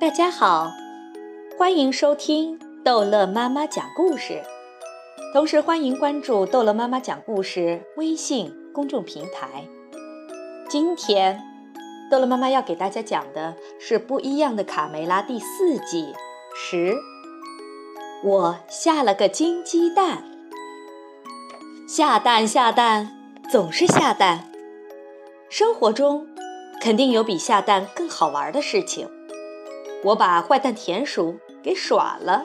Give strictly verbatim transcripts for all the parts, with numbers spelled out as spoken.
大家好，欢迎收听逗乐妈妈讲故事，同时欢迎关注逗乐妈妈讲故事微信公众平台。今天逗乐妈妈要给大家讲的是不一样的卡梅拉第四季十，我下了个金鸡蛋。下蛋下蛋总是下蛋，生活中肯定有比下蛋更好玩的事情。我把坏蛋田鼠给耍了。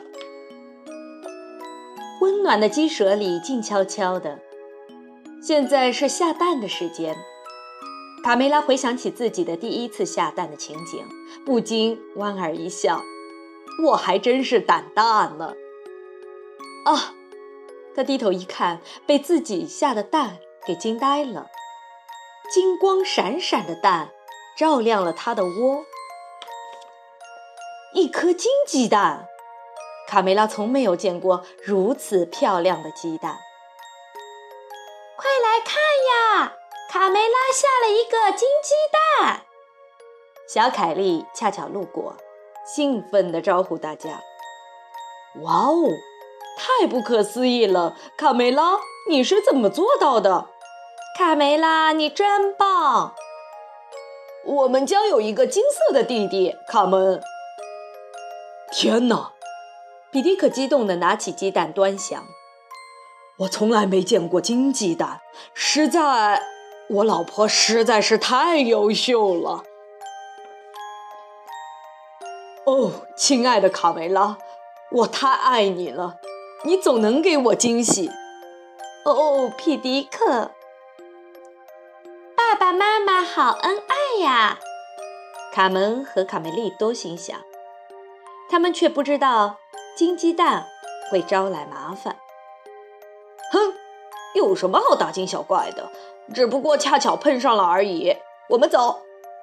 温暖的鸡舍里静悄悄的，现在是下蛋的时间。卡梅拉回想起自己的第一次下蛋的情景，不禁莞尔一笑，我还真是胆大呢。啊，他低头一看，被自己下的蛋给惊呆了。金光闪闪的蛋照亮了他的窝，一颗金鸡蛋，卡梅拉从没有见过如此漂亮的鸡蛋。快来看呀，卡梅拉下了一个金鸡蛋！小凯莉恰巧路过，兴奋地招呼大家。哇哦，太不可思议了，卡梅拉，你是怎么做到的？卡梅拉，你真棒！我们将有一个金色的弟弟，卡门。天哪！比迪克激动地拿起鸡蛋端详。我从来没见过金鸡蛋，实在，我老婆实在是太优秀了。哦，亲爱的卡梅拉，我太爱你了，你总能给我惊喜。哦，皮迪克，爸爸妈妈好恩爱呀！卡门和卡梅利都心想。他们却不知道金鸡蛋会招来麻烦。哼，有什么好大惊小怪的，只不过恰巧碰上了而已。我们走。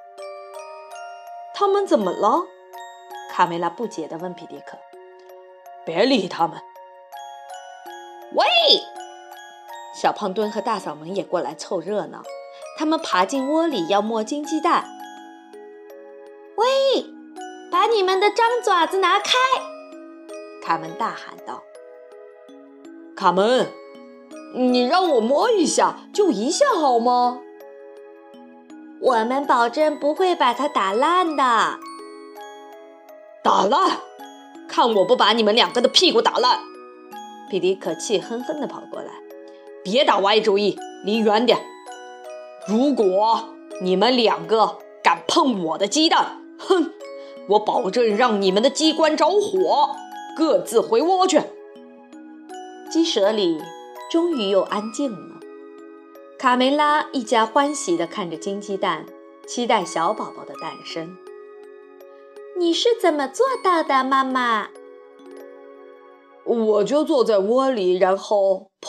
他们怎么了？卡梅拉不解地问皮迪克。别理他们。喂！小胖墩和大嗓门也过来凑热闹，他们爬进窝里要摸金鸡蛋。喂！把你们的脏爪子拿开！卡门大喊道。卡门，你让我摸一下，就一下好吗？我们保证不会把它打烂的。打烂？看我不把你们两个的屁股打烂！皮迪克气哼哼地跑过来。别打歪主意，离远点。如果你们两个敢碰我的鸡蛋，哼！我保证让你们的鸡冠着火，各自回窝去。鸡舍里终于又安静了。卡梅拉一家欢喜地看着金鸡蛋，期待小宝宝的诞生。你是怎么做到的，妈妈？我就坐在窝里，然后砰！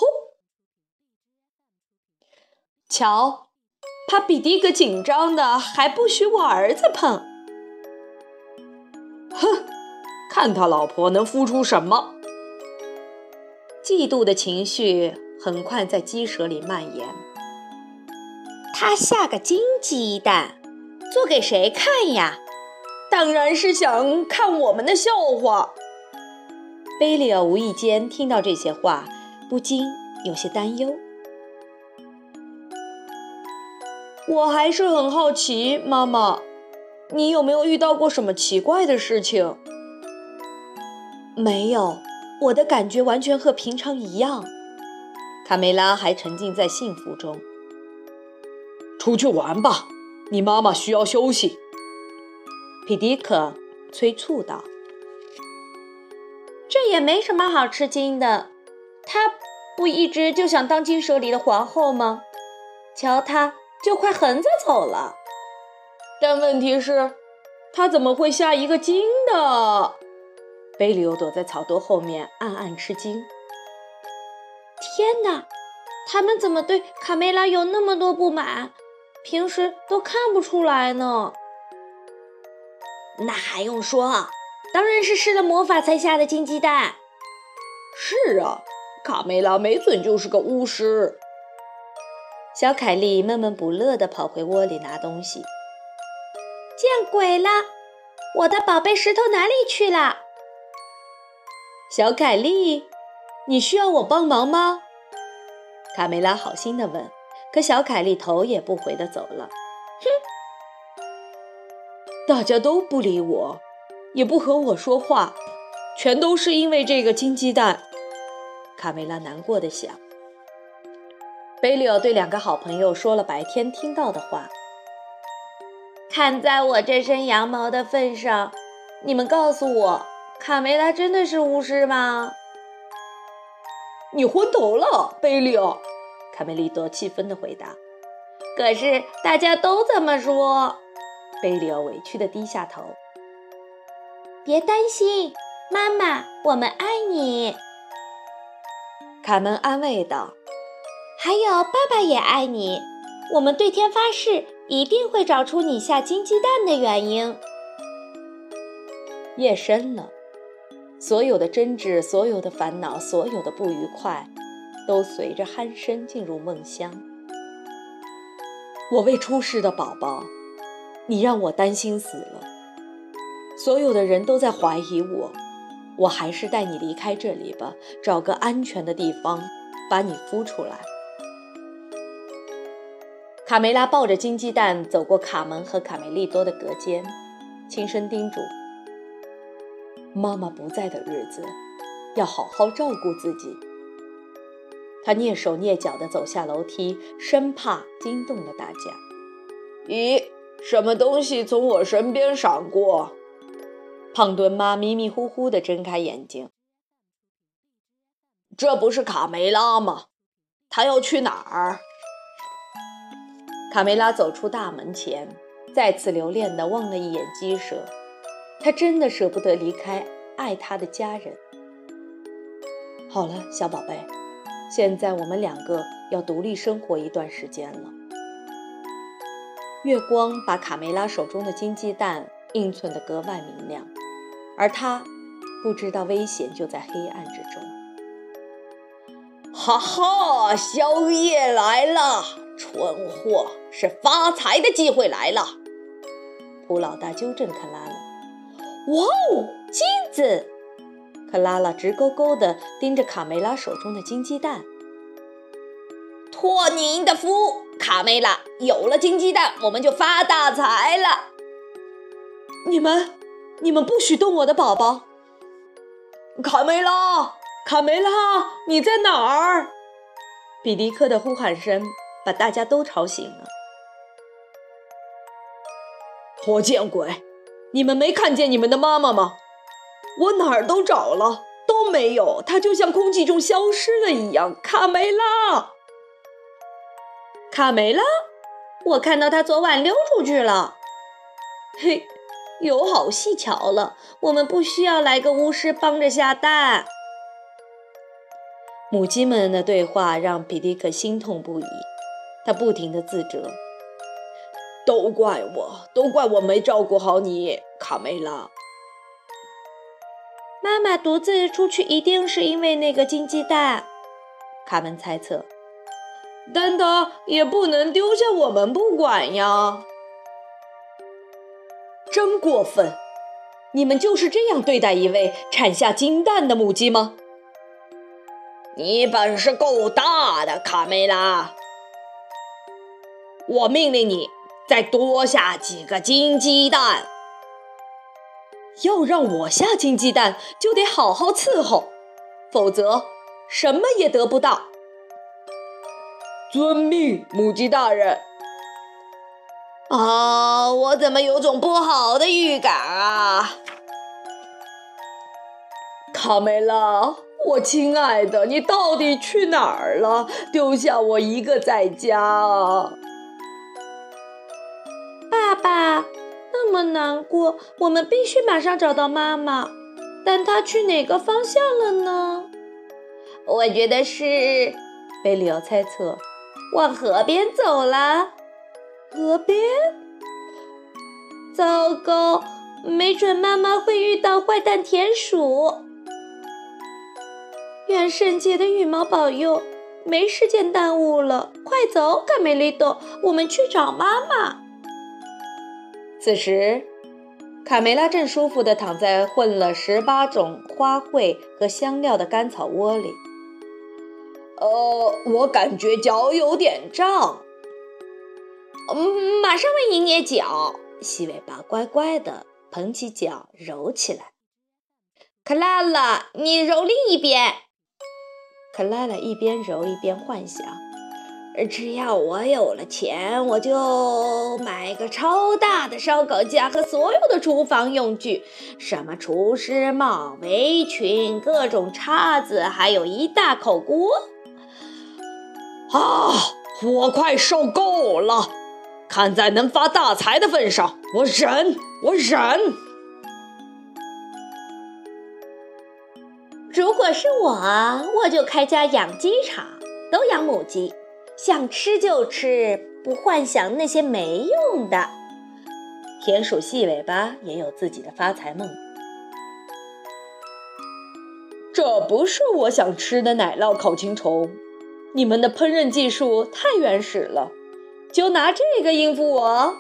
瞧，怕比迪克紧张的还不许我儿子碰。哼，看他老婆能孵出什么。嫉妒的情绪很快在鸡舍里蔓延。他下个金鸡蛋，做给谁看呀？当然是想看我们的笑话。贝利尔无意间听到这些话，不禁有些担忧。我还是很好奇，妈妈，你有没有遇到过什么奇怪的事情？没有，我的感觉完全和平常一样。卡梅拉还沉浸在幸福中。出去玩吧，你妈妈需要休息。皮迪克催促道。这也没什么好吃惊的，她不一直就想当鸡舍里的皇后吗？瞧她就快横着走了。但问题是，他怎么会下一个金的？贝里欧躲在草垛后面暗暗吃惊。天哪，他们怎么对卡梅拉有那么多不满？平时都看不出来呢。那还用说，当然是施了魔法才下的金鸡蛋。是啊，卡梅拉没准就是个巫师。小凯莉闷闷不乐地跑回窝里拿东西。见鬼了！ 我的宝贝石头哪里去了？小凯莉，你需要我帮忙吗？卡梅拉好心地问，可小凯莉头也不回地走了。哼！大家都不理我，也不和我说话，全都是因为这个金鸡蛋。卡梅拉难过地想。贝利奥对两个好朋友说了白天听到的话。看在我这身羊毛的份上，你们告诉我，卡梅拉真的是巫师吗？你昏头了，贝利奥，卡梅利多气愤地回答。可是大家都这么说。贝利奥委屈地低下头。别担心，妈妈，我们爱你。卡门安慰道。还有爸爸也爱你，我们对天发誓，一定会找出你下金鸡蛋的原因。夜深了，所有的争执，所有的烦恼，所有的不愉快，都随着鼾声进入梦乡。我为出世的宝宝，你让我担心死了。所有的人都在怀疑我，我还是带你离开这里吧，找个安全的地方，把你孵出来。卡梅拉抱着金鸡蛋走过卡门和卡梅利多的隔间，轻声叮嘱：妈妈不在的日子，要好好照顾自己。他蹑手蹑脚地走下楼梯，生怕惊动了大家。咦，什么东西从我身边闪过？胖墩妈迷迷糊糊地睁开眼睛。这不是卡梅拉吗？她要去哪儿？卡梅拉走出大门前，再次留恋地望了一眼鸡舍。她真的舍不得离开爱她的家人。好了，小宝贝，现在我们两个要独立生活一段时间了。月光把卡梅拉手中的金鸡蛋映衬得格外明亮，而她不知道危险就在黑暗之中。哈哈，宵夜来了，蠢货，是发财的机会来了。普老大纠正克拉拉。哇哦，金子！克拉拉直勾勾地盯着卡梅拉手中的金鸡蛋。托您的福，卡梅拉，有了金鸡蛋，我们就发大财了。你们，你们不许动我的宝宝！卡梅拉，卡梅拉，你在哪儿？比迪克的呼喊声把大家都吵醒了。活见鬼！你们没看见你们的妈妈吗？我哪儿都找了，都没有，她就像空气中消失了一样。卡梅拉，卡梅拉，我看到她昨晚溜出去了。嘿，有好蹊跷了，我们不需要来个巫师帮着下蛋。母鸡们的对话让比迪克心痛不已，他不停地自责。都怪我，都怪我没照顾好你，卡梅拉。妈妈独自出去一定是因为那个金鸡蛋，卡门猜测。但他也不能丢下我们不管呀。真过分！你们就是这样对待一位产下金蛋的母鸡吗？你本事够大的，卡梅拉。我命令你再多下几个金鸡蛋。要让我下金鸡蛋，就得好好伺候，否则什么也得不到。遵命，母鸡大人。啊，我怎么有种不好的预感啊！卡梅拉，我亲爱的，你到底去哪儿了？丢下我一个在家啊！爸爸那么难过，我们必须马上找到妈妈，但她去哪个方向了呢？我觉得是，贝里奥猜测，往河边走了。河边？糟糕，没准妈妈会遇到坏蛋田鼠。愿圣洁的羽毛保佑，没时间耽误了，快走，卡梅利多，我们去找妈妈。此时， 卡梅拉正舒服地躺在混了十八种花卉和香料的干草窝里。呃，我感觉脚有点胀。嗯，马上为你捏脚。细尾巴乖乖地捧起脚揉起来。克拉拉，你揉另一边。克拉拉一边揉一边幻想，只要我有了钱，我就买个超大的烧烤架和所有的厨房用具，什么厨师帽、围裙、各种叉子，还有一大口锅。啊，我快受够了！看在能发大财的份上，我忍，我忍。如果是我，我就开家养鸡场，都养母鸡，想吃就吃，不幻想那些没用的。田鼠细尾巴也有自己的发财梦。这不是我想吃的奶酪烤青虫，你们的烹饪技术太原始了，就拿这个应付我。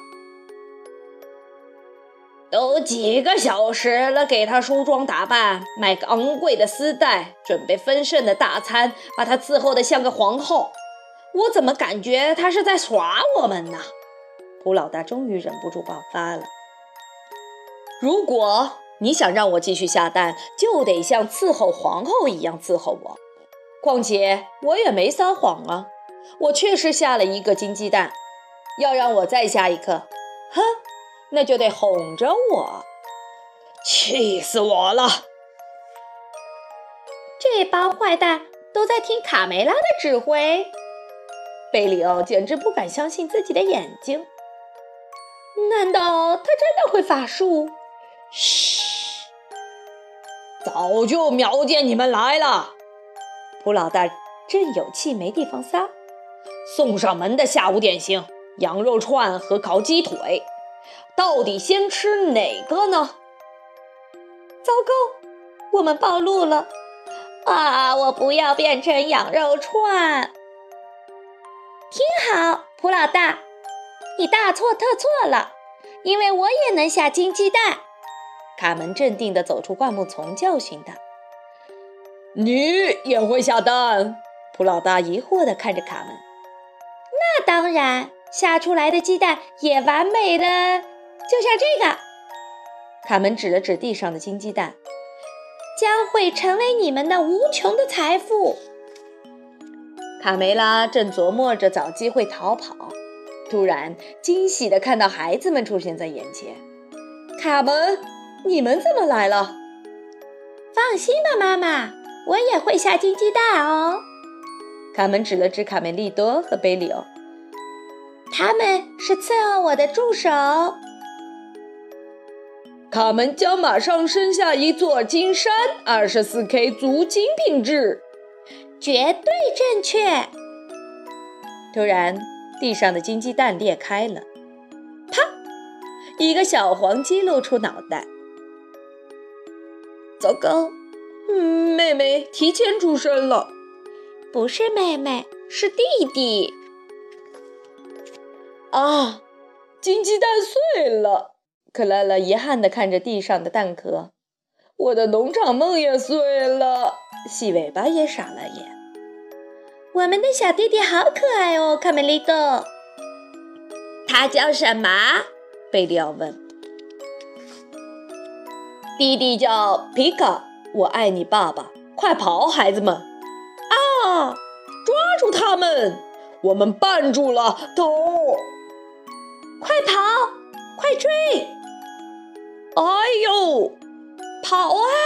都几个小时了，给他梳妆打扮，买个昂贵的丝带，准备丰盛的大餐，把他伺候得像个皇后。我怎么感觉他是在耍我们呢？蒲老大终于忍不住爆发了。如果你想让我继续下蛋，就得像伺候皇后一样伺候我。况且我也没撒谎啊，我确实下了一个金鸡蛋。要让我再下一个，哼，那就得哄着我。气死我了！这帮坏蛋都在听卡梅拉的指挥。贝里奥简直不敢相信自己的眼睛。难道他真的会法术？嘘，早就瞄见你们来了。蒲老大正有气没地方撒。送上门的下午点心，羊肉串和烤鸡腿，到底先吃哪个呢？糟糕，我们暴露了啊！我不要变成羊肉串。听好，蒲老大，你大错特错了，因为我也能下金鸡蛋。卡门镇定地走出灌木丛，教训他。你也会下蛋？蒲老大疑惑地看着卡门。那当然，下出来的鸡蛋也完美的，就像这个。卡门指了指地上的金鸡蛋，将会成为你们的无穷的财富。卡梅拉正琢磨着找机会逃跑，突然惊喜地看到孩子们出现在眼前。卡门，你们怎么来了？放心吧，妈妈，我也会下金鸡蛋哦。卡门指了指卡梅利多和贝里欧，他们是伺候我的助手。卡门将马上生下一座金山， 二十四 K 足金品质，绝对正确。突然，地上的金鸡蛋裂开了，啪！一个小黄鸡露出脑袋。糟糕，嗯，妹妹提前出生了。不是妹妹，是弟弟。啊，金鸡蛋碎了！克拉拉遗憾地看着地上的蛋壳。我的农场梦也碎了。细尾巴也傻了眼。我们的小弟弟好可爱哦，卡梅利多。他叫什么？贝利奥问。弟弟叫皮卡，我爱你爸爸。快跑，孩子们！啊，抓住他们！我们绊住了头！快跑，快追！哎呦，跑啊！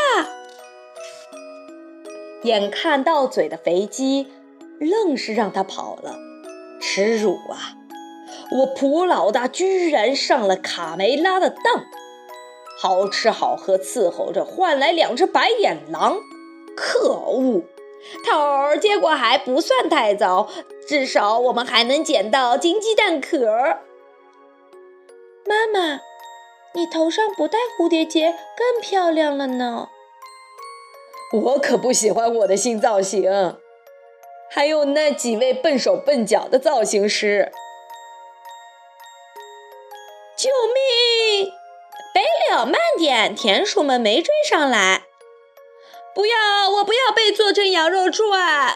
眼看到嘴的肥鸡愣是让他跑了，耻辱啊！我蒲老大居然上了卡梅拉的当，好吃好喝伺候着，换来两只白眼狼，可恶！头儿，结果还不算太糟，至少我们还能捡到金鸡蛋壳。妈妈，你头上不戴蝴蝶结更漂亮了呢。我可不喜欢我的新造型，还有那几位笨手笨脚的造型师。救命！贝呦，慢点，田鼠们没追上来。不要，我不要被做成羊肉串。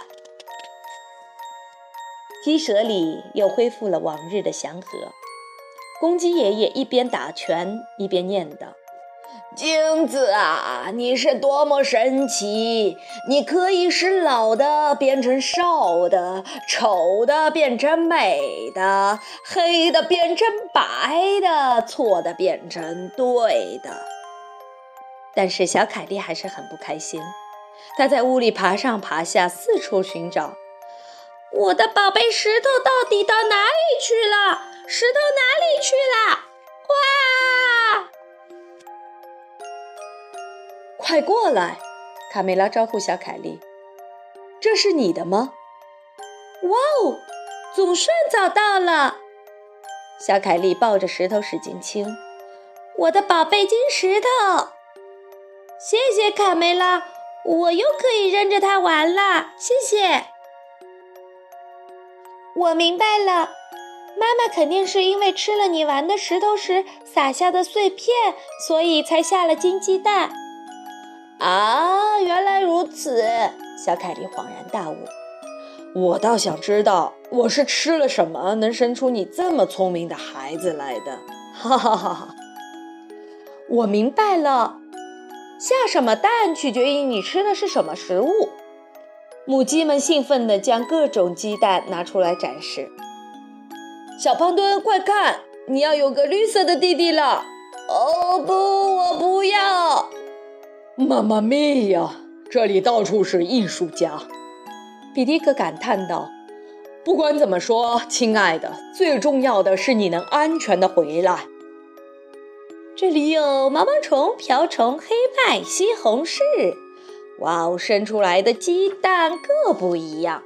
鸡舍里又恢复了往日的祥和。公鸡爷爷一边打拳一边念叨：精子啊，你是多么神奇！你可以使老的变成少的，丑的变成美的，黑的变成白的，错的变成对的。但是小凯莉还是很不开心，她在屋里爬上爬下，四处寻找。我的宝贝石头到底到哪里去了？石头哪里去了？哇！快过来！卡梅拉招呼小凯莉。这是你的吗？哇哦，总算找到了！小凯莉抱着石头使劲亲。我的宝贝金石头！谢谢卡梅拉，我又可以扔着它玩了，谢谢。我明白了，妈妈肯定是因为吃了你玩的石头时撒下的碎片，所以才下了金鸡蛋。啊，原来如此！小凯莉恍然大悟。我倒想知道，我是吃了什么能生出你这么聪明的孩子来的？哈哈哈哈！我明白了，下什么蛋取决于你吃的是什么食物。母鸡们兴奋地将各种鸡蛋拿出来展示。小胖墩，快看，你要有个绿色的弟弟了！哦不，我不要！妈妈咪呀，这里到处是艺术家！比迪克感叹道。不管怎么说，亲爱的，最重要的是你能安全地回来。这里有毛毛虫、瓢虫、黑麦、西红柿。哇哦，生出来的鸡蛋各不一样。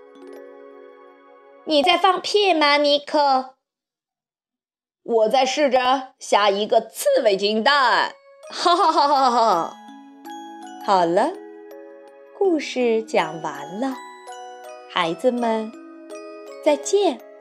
你在放屁吗，尼克？我在试着下一个刺猬金蛋，哈哈哈哈哈！好了，故事讲完了，孩子们，再见。